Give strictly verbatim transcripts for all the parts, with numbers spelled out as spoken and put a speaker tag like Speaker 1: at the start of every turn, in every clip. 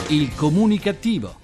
Speaker 1: Il comunicativo.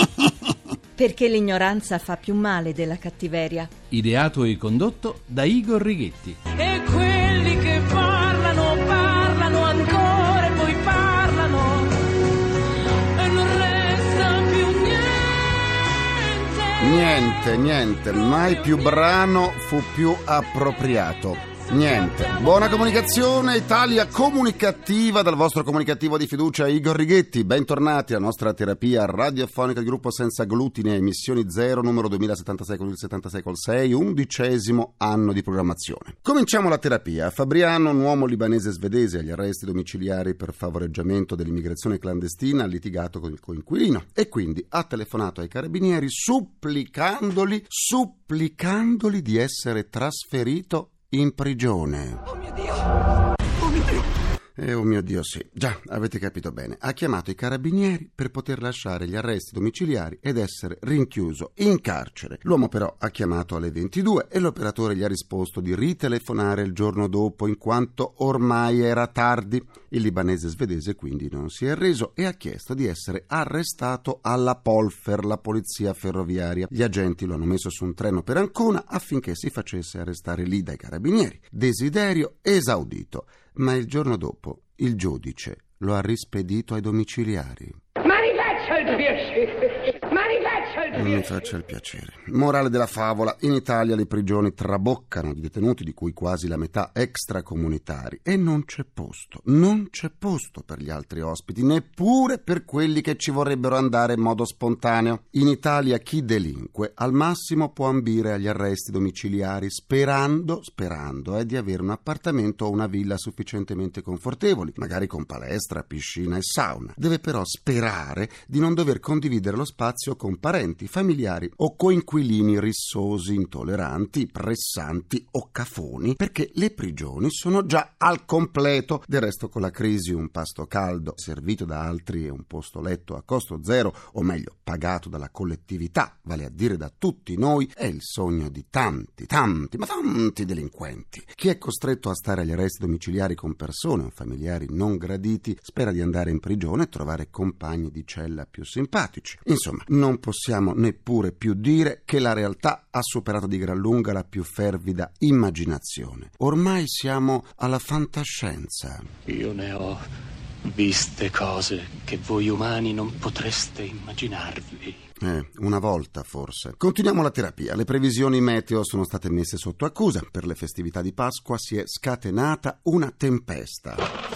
Speaker 2: Perché l'ignoranza fa più male della cattiveria.
Speaker 1: Ideato e condotto da Igor Righetti.
Speaker 3: E quelli che parlano, parlano ancora e poi parlano e non resta più niente.
Speaker 4: Niente, niente, mai più brano fu più appropriato. Niente. Buona comunicazione, Italia comunicativa, dal vostro comunicativo di fiducia Igor Righetti. Bentornati alla nostra terapia radiofonica di gruppo senza glutine, emissioni zero, numero duemilasettantasei con il settantasei col sei, undicesimo anno di programmazione. Cominciamo la terapia. Fabriano, un uomo libanese svedese agli arresti domiciliari per favoreggiamento dell'immigrazione clandestina, ha litigato con il coinquilino e quindi ha telefonato ai carabinieri supplicandoli, supplicandoli di essere trasferito in prigione.
Speaker 3: Oh mio Dio! Oh mio Dio!
Speaker 4: Eh, oh mio Dio, sì. Già, avete capito bene. Ha chiamato i carabinieri per poter lasciare gli arresti domiciliari ed essere rinchiuso in carcere. L'uomo però ha chiamato alle ventidue e l'operatore gli ha risposto di ritelefonare il giorno dopo in quanto ormai era tardi. Il libanese svedese quindi non si è arreso e ha chiesto di essere arrestato alla Polfer, la polizia ferroviaria. Gli agenti lo hanno messo su un treno per Ancona affinché si facesse arrestare lì dai carabinieri. Desiderio esaudito. Ma il giorno dopo il giudice lo ha rispedito ai domiciliari.
Speaker 3: Ma rifaccia il piacere! Ma rifaccia il piacere!
Speaker 4: Mi faccia il piacere. Morale della favola: in Italia le prigioni traboccano di detenuti, di cui quasi la metà extracomunitari, e non c'è posto, non c'è posto per gli altri ospiti, neppure per quelli che ci vorrebbero andare in modo spontaneo. In Italia chi delinque al massimo può ambire agli arresti domiciliari sperando, sperando eh, di avere un appartamento o una villa sufficientemente confortevoli, magari con palestra, piscina e sauna. Deve però sperare di non dover condividere lo spazio con parenti, familiari o coinquilini rissosi, intolleranti, pressanti o cafoni, perché le prigioni sono già al completo. Del resto, con la crisi, un pasto caldo servito da altri e un posto letto a costo zero, o meglio pagato dalla collettività, vale a dire da tutti noi, è il sogno di tanti, tanti, ma tanti delinquenti. Chi è costretto a stare agli arresti domiciliari con persone o familiari non graditi spera di andare in prigione e trovare compagni di cella più simpatici. Insomma, non possiamo neppure più dire che la realtà ha superato di gran lunga la più fervida immaginazione. Ormai siamo alla fantascienza.
Speaker 5: Io ne ho viste cose che voi umani non potreste immaginarvi.
Speaker 4: Eh, una volta forse. Continuiamo la terapia. Le previsioni meteo sono state messe sotto accusa. Per le festività di Pasqua si è scatenata una tempesta.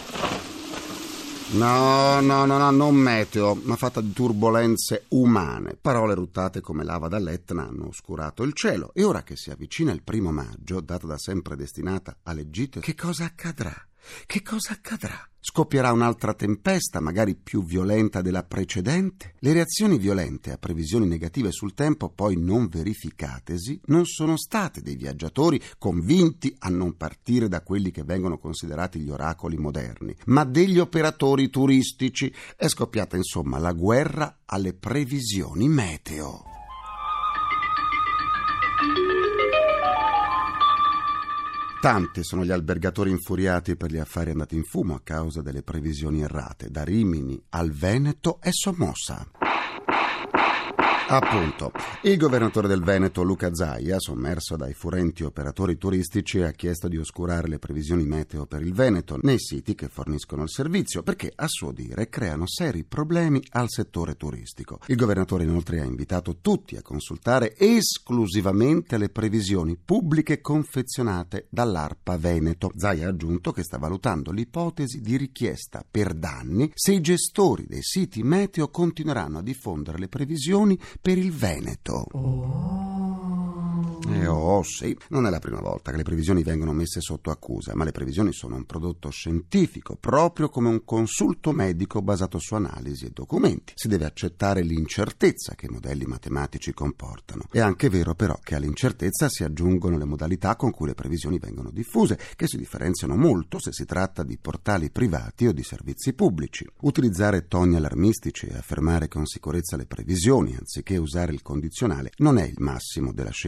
Speaker 4: No, no, no, no, non meteo, ma fatta di turbolenze umane. Parole ruttate come lava dall'Etna hanno oscurato il cielo. E ora che si avvicina il primo maggio, data da sempre destinata alle gite, che cosa accadrà? Che cosa accadrà? Scoppierà un'altra tempesta, magari più violenta della precedente? Le reazioni violente a previsioni negative sul tempo poi non verificatesi non sono state dei viaggiatori convinti a non partire da quelli che vengono considerati gli oracoli moderni, ma degli operatori turistici. È scoppiata insomma la guerra alle previsioni meteo. Tanti sono gli albergatori infuriati per gli affari andati in fumo a causa delle previsioni errate. Da Rimini al Veneto è sommossa. Appunto, il governatore del Veneto, Luca Zaia, sommerso dai furenti operatori turistici, ha chiesto di oscurare le previsioni meteo per il Veneto nei siti che forniscono il servizio, perché a suo dire creano seri problemi al settore turistico. Il governatore inoltre ha invitato tutti a consultare esclusivamente le previsioni pubbliche confezionate dall'ARPA Veneto. Zaia ha aggiunto che sta valutando l'ipotesi di richiesta per danni se i gestori dei siti meteo continueranno a diffondere le previsioni per il Veneto. Oh. Eh oh, sì, non è la prima volta che le previsioni vengono messe sotto accusa, ma le previsioni sono un prodotto scientifico, proprio come un consulto medico basato su analisi e documenti. Si deve accettare l'incertezza che i modelli matematici comportano. È anche vero però che all'incertezza si aggiungono le modalità con cui le previsioni vengono diffuse, che si differenziano molto se si tratta di portali privati o di servizi pubblici. Utilizzare toni allarmistici e affermare con sicurezza le previsioni, anziché usare il condizionale, non è il massimo della scientificità.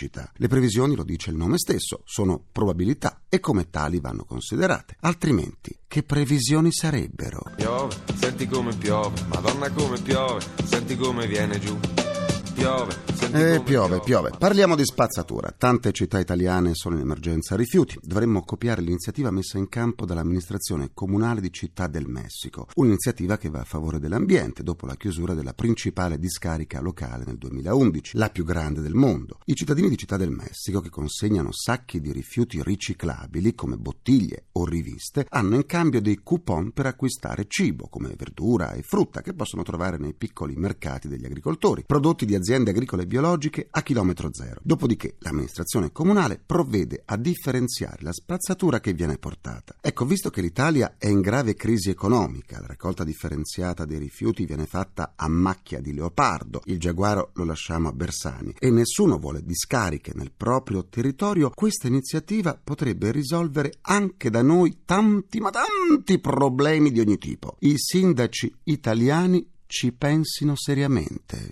Speaker 4: crescita. Le previsioni, lo dice il nome stesso, sono probabilità e come tali vanno considerate. Altrimenti, che previsioni sarebbero?
Speaker 6: Piove, senti come piove, Madonna come piove, senti come viene giù. Piove, senti
Speaker 4: Eh,
Speaker 6: come
Speaker 4: piove, piove. Parliamo di spazzatura. Tante città italiane sono in emergenza rifiuti. Dovremmo copiare l'iniziativa messa in campo dall'amministrazione comunale di Città del Messico. Un'iniziativa che va a favore dell'ambiente dopo la chiusura della principale discarica locale nel duemilaundici, la più grande del mondo. I cittadini di Città del Messico, che consegnano sacchi di rifiuti riciclabili come bottiglie o riviste, hanno in cambio dei coupon per acquistare cibo come verdura e frutta che possono trovare nei piccoli mercati degli agricoltori, prodotti di aziende agricole biologiche a chilometro zero. Dopodiché l'amministrazione comunale provvede a differenziare la spazzatura che viene portata. Ecco, visto che l'Italia è in grave crisi economica, la raccolta differenziata dei rifiuti viene fatta a macchia di leopardo, il giaguaro lo lasciamo a Bersani e nessuno vuole discariche nel proprio territorio, questa iniziativa potrebbe risolvere anche da noi tanti ma tanti problemi di ogni tipo. I sindaci italiani ci pensino seriamente.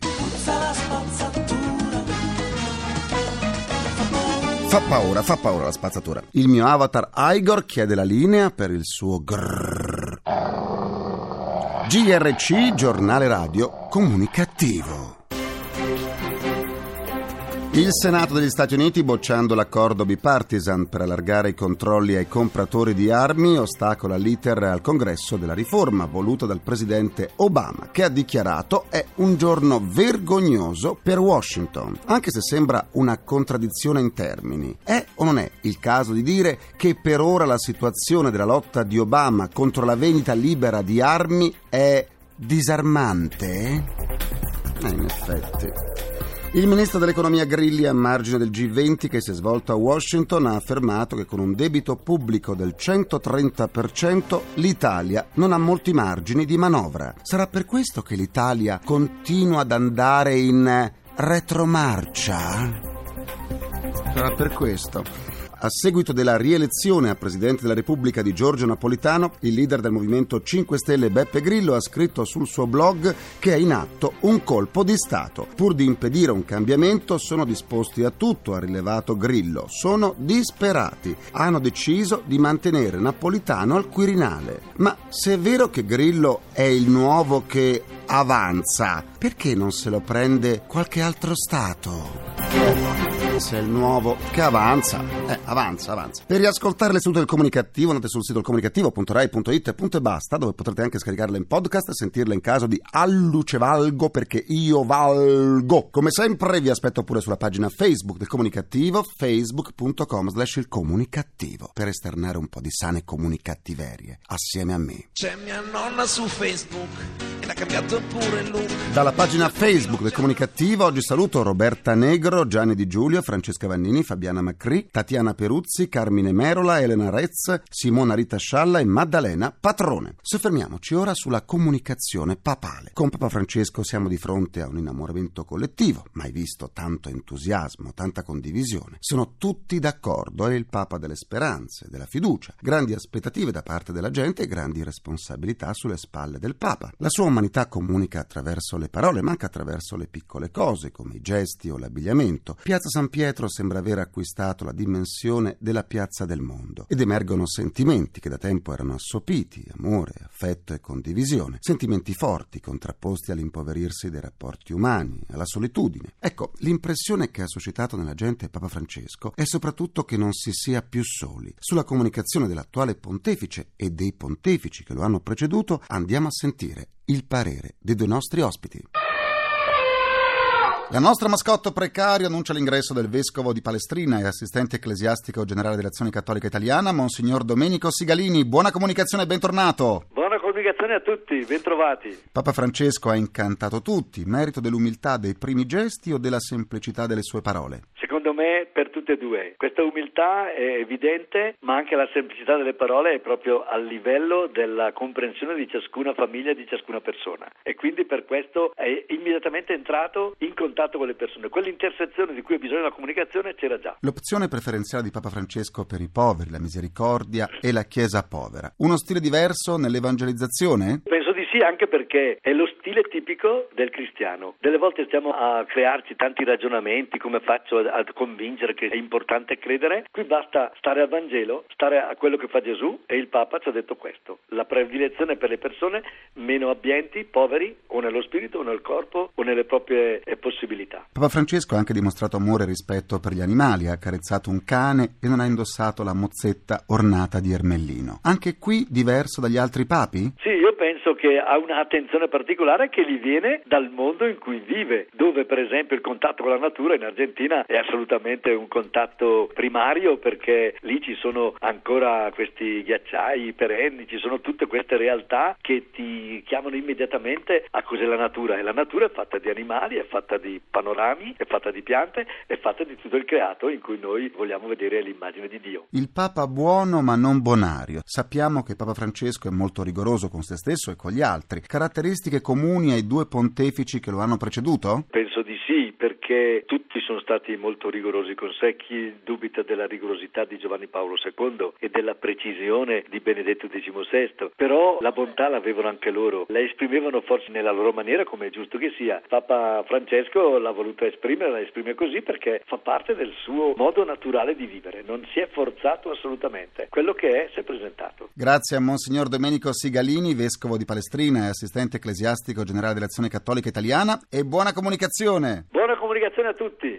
Speaker 4: Fa paura, fa paura la spazzatura. Il mio avatar Igor chiede la linea per il suo grrrr. G R C, giornale radio comunicativo. Il Senato degli Stati Uniti, bocciando l'accordo bipartisan per allargare i controlli ai compratori di armi, ostacola l'iter al Congresso della riforma voluta dal presidente Obama, che ha dichiarato è un giorno vergognoso per Washington, anche se sembra una contraddizione in termini. È o non è il caso di dire che per ora la situazione della lotta di Obama contro la vendita libera di armi è disarmante? Eh, in effetti. Il ministro dell'economia Grilli, a margine del G venti che si è svolto a Washington, ha affermato che con un debito pubblico del centotrenta per cento l'Italia non ha molti margini di manovra. Sarà per questo che l'Italia continua ad andare in retromarcia? Sarà per questo. A seguito della rielezione a Presidente della Repubblica di Giorgio Napolitano, il leader del Movimento cinque Stelle Beppe Grillo ha scritto sul suo blog che è in atto un colpo di Stato. Pur di impedire un cambiamento sono disposti a tutto, ha rilevato Grillo. Sono disperati. Hanno deciso di mantenere Napolitano al Quirinale. Ma se è vero che Grillo è il nuovo che avanza, perché non se lo prende qualche altro Stato? Se è il nuovo che avanza, eh, avanza, avanza. Per riascoltare le sedute del Comunicativo andate sul sito comunicativo punto rai punto it punto e basta, dove potrete anche scaricarle in podcast e sentirle in caso di alluce valgo, perché io valgo. Come sempre vi aspetto pure sulla pagina Facebook del Comunicativo, facebook punto com slash il comunicativo, per esternare un po' di sane comunicattiverie assieme a me.
Speaker 7: C'è mia nonna su Facebook e l'ha cambiato pure il look.
Speaker 4: Dalla pagina Facebook del Comunicativo oggi saluto Roberta Negro, Gianni Di Giulio, Francesca Vannini, Fabiana Macri, Tatiana Peruzzi, Carmine Merola, Elena Rez, Simona Rita Scialla e Maddalena Patrone. Soffermiamoci ora sulla comunicazione papale. Con Papa Francesco siamo di fronte a un innamoramento collettivo, mai visto tanto entusiasmo, tanta condivisione. Sono tutti d'accordo, è il Papa delle speranze, della fiducia, grandi aspettative da parte della gente e grandi responsabilità sulle spalle del Papa. La sua umanità comunica attraverso le parole, ma anche attraverso le piccole cose, come i gesti o l'abbigliamento. Piazza San Pietro sembra aver acquistato la dimensione della piazza del mondo ed emergono sentimenti che da tempo erano assopiti: amore, affetto e condivisione, sentimenti forti contrapposti all'impoverirsi dei rapporti umani, alla solitudine. Ecco, l'impressione che ha suscitato nella gente Papa Francesco è soprattutto che non si sia più soli. Sulla comunicazione dell'attuale pontefice e dei pontefici che lo hanno preceduto andiamo a sentire il parere dei due nostri ospiti. La nostra mascotte precario annuncia l'ingresso del vescovo di Palestrina e assistente ecclesiastico generale dell'Azione Cattolica Italiana, Monsignor Domenico Sigalini. Buona comunicazione e bentornato.
Speaker 8: Buona comunicazione a tutti, bentrovati.
Speaker 4: Papa Francesco ha incantato tutti, merito dell'umiltà dei primi gesti o della semplicità delle sue parole?
Speaker 8: Secondo me per tutte e due. Questa umiltà è evidente, ma anche la semplicità delle parole è proprio al livello della comprensione di ciascuna famiglia, di ciascuna persona. E quindi per questo è immediatamente entrato in contatto con le persone. Quell'intersezione di cui ha bisogno la comunicazione c'era già.
Speaker 4: L'opzione preferenziale di Papa Francesco per i poveri, la misericordia e la Chiesa povera. Uno stile diverso nell'evangelizzazione?
Speaker 8: Penso di sì, anche perché è lo stile tipico del cristiano. Delle volte stiamo a crearci tanti ragionamenti, come faccio a, a convincere che è importante credere. Qui basta stare al Vangelo, stare a quello che fa Gesù, e il Papa ci ha detto questo: la predilezione per le persone meno abbienti, poveri, o nello spirito o nel corpo o nelle proprie eh, possibilità.
Speaker 4: Papa Francesco ha anche dimostrato amore e rispetto per gli animali, ha accarezzato un cane e non ha indossato la mozzetta ornata di ermellino. Anche qui diverso dagli altri papi?
Speaker 8: Sì, io penso che ha un'attenzione particolare che gli viene dal mondo in cui vive, dove per esempio il contatto con la natura in Argentina è assolutamente un contatto primario, perché lì ci sono ancora questi ghiacciai perenni, ci sono tutte queste realtà che ti chiamano immediatamente a cos'è la natura, e la natura è fatta di animali, è fatta di panorami, è fatta di piante, è fatta di tutto il creato in cui noi vogliamo vedere l'immagine di Dio.
Speaker 4: Il Papa buono ma non bonario. Sappiamo che Papa Francesco è molto rigoroso con se stesso e con gli altri. Caratteristiche comuni ai due pontefici che lo hanno preceduto?
Speaker 8: Penso di sì, perché tutti sono stati molto rigorosi con sé. Chi dubita della rigorosità di Giovanni Paolo secondo e della precisione di Benedetto diciannovesimo, però la bontà l'avevano anche loro, la esprimevano forse nella loro maniera, come è giusto che sia. Papa Francesco l'ha voluta esprimere, la esprime così perché fa parte del suo modo naturale di vivere, non si è forzato assolutamente, quello che è si è presentato.
Speaker 4: Grazie a Monsignor Domenico Sigalini, vescovo di Palestrina e assistente ecclesiastico generale dell'Azione Cattolica Italiana, e buona comunicazione!
Speaker 8: Buona comunicazione a tutti!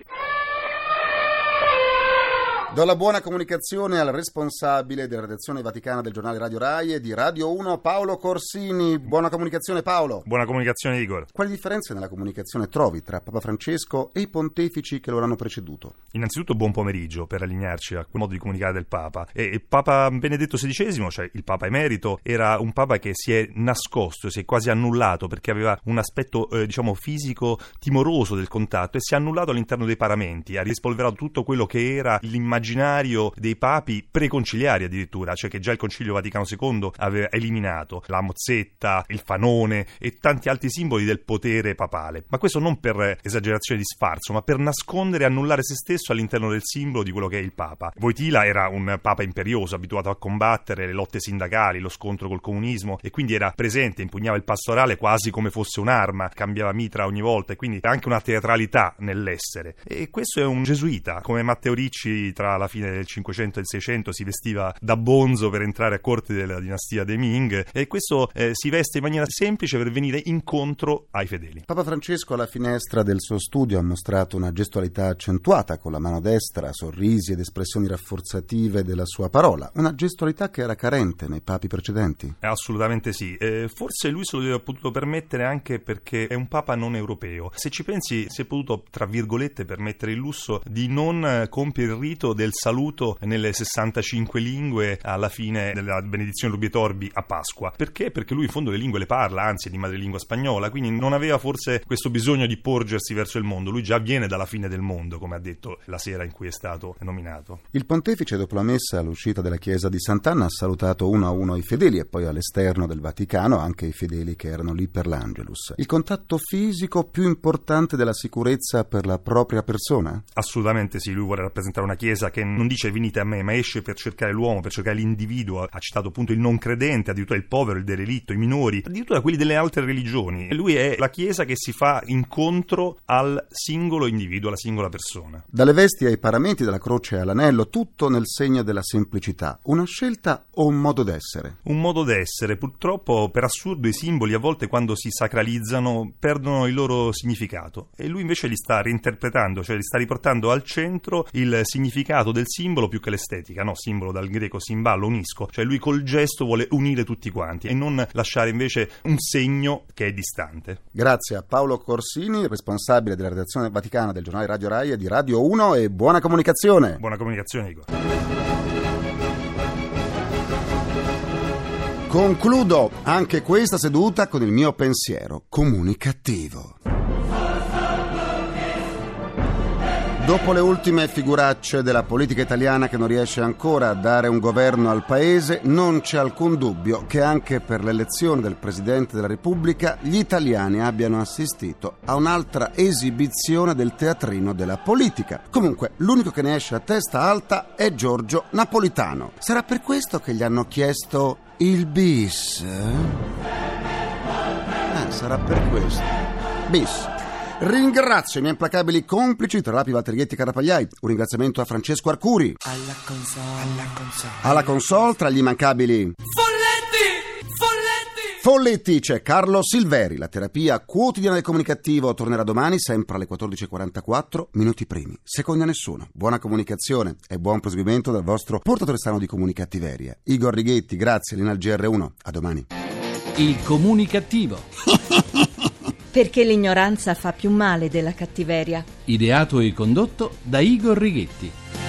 Speaker 4: Do la buona comunicazione al responsabile della redazione vaticana del giornale Radio Rai e di Radio uno, Paolo Corsini. Buona comunicazione, Paolo.
Speaker 9: Buona comunicazione, Igor.
Speaker 4: Quali differenze nella comunicazione trovi tra Papa Francesco e i pontefici che lo hanno preceduto?
Speaker 9: Innanzitutto buon pomeriggio, per allinearci a quel modo di comunicare del Papa. E il Papa Benedetto sedicesimo, cioè il Papa emerito, era un Papa che si è nascosto, si è quasi annullato, perché aveva un aspetto eh, diciamo fisico timoroso del contatto, e si è annullato all'interno dei paramenti, ha rispolverato tutto quello che era l'immaginario dei papi preconciliari addirittura, cioè che già il Concilio Vaticano secondo aveva eliminato la mozzetta, il fanone e tanti altri simboli del potere papale. Ma questo non per esagerazione di sfarzo, ma per nascondere e annullare se stesso all'interno del simbolo di quello che è il Papa. Wojtyla era un Papa imperioso, abituato a combattere le lotte sindacali, lo scontro col comunismo, e quindi era presente, impugnava il pastorale quasi come fosse un'arma, cambiava mitra ogni volta, e quindi anche una teatralità nell'essere. E questo è un gesuita, come Matteo Ricci tra la fine del Cinquecento e il Seicento si vestiva da bonzo per entrare a corte della dinastia dei Ming, e questo eh, si veste in maniera semplice per venire incontro ai fedeli.
Speaker 4: Papa Francesco alla finestra del suo studio ha mostrato una gestualità accentuata con la mano destra, sorrisi ed espressioni rafforzative della sua parola, una gestualità che era carente nei papi precedenti.
Speaker 9: Assolutamente sì, eh, forse lui se lo aveva potuto permettere anche perché è un papa non europeo. Se ci pensi, si è potuto tra virgolette permettere il lusso di non compiere il rito del saluto nelle sessantacinque lingue alla fine della benedizione Urbi et Orbi a Pasqua. Perché? Perché lui in fondo le lingue le parla, anzi è di madrelingua spagnola, quindi non aveva forse questo bisogno di porgersi verso il mondo. Lui già viene dalla fine del mondo, come ha detto la sera in cui è stato nominato.
Speaker 4: Il pontefice, dopo la messa all'uscita della chiesa di Sant'Anna, ha salutato uno a uno i fedeli e poi all'esterno del Vaticano anche i fedeli che erano lì per l'Angelus. Il contatto fisico più importante della sicurezza per la propria persona?
Speaker 9: Assolutamente sì, lui vuole rappresentare una chiesa che non dice venite a me, ma esce per cercare l'uomo, per cercare l'individuo. Ha citato appunto il non credente, addirittura il povero, il derelitto, i minori, addirittura quelli delle altre religioni. E lui è la chiesa che si fa incontro al singolo individuo, alla singola persona.
Speaker 4: Dalle vesti ai paramenti, dalla croce all'anello, tutto nel segno della semplicità. Una scelta o un modo d'essere?
Speaker 9: Un modo d'essere. Purtroppo, per assurdo, i simboli a volte quando si sacralizzano perdono il loro significato, e lui invece li sta reinterpretando, cioè li sta riportando al centro il significato del simbolo più che l'estetica, no? Simbolo dal greco simballo, unisco, cioè lui col gesto vuole unire tutti quanti e non lasciare invece un segno che è distante.
Speaker 4: Grazie a Paolo Corsini, responsabile della redazione vaticana del giornale Radio Rai e di Radio uno, e buona comunicazione.
Speaker 9: Buona comunicazione, Igor.
Speaker 4: Concludo anche questa seduta con il mio pensiero comunicativo. Dopo le ultime figuracce della politica italiana che non riesce ancora a dare un governo al paese, non c'è alcun dubbio che anche per l'elezione del Presidente della Repubblica gli italiani abbiano assistito a un'altra esibizione del teatrino della politica. Comunque, l'unico che ne esce a testa alta è Giorgio Napolitano. Sarà per questo che gli hanno chiesto il bis? sarà per questo. Bis. Ringrazio i miei implacabili complici, tra Lapi, Valtrighetti e Carapagliai. Un ringraziamento a Francesco Arcuri.
Speaker 7: Alla console, alla console.
Speaker 4: Alla console, tra gli immancabili
Speaker 3: Folletti! Folletti!
Speaker 4: Folletti, c'è Carlo Silveri. La terapia quotidiana del comunicativo tornerà domani, sempre alle quattordici e quarantaquattro, minuti primi, secondi a nessuno. Buona comunicazione e buon proseguimento dal vostro portatore strano di comunicattiveria, Igor Righetti. Grazie, Linal G R uno. A domani.
Speaker 1: Il comunicativo.
Speaker 2: Perché l'ignoranza fa più male della cattiveria.
Speaker 1: Ideato e condotto da Igor Righetti.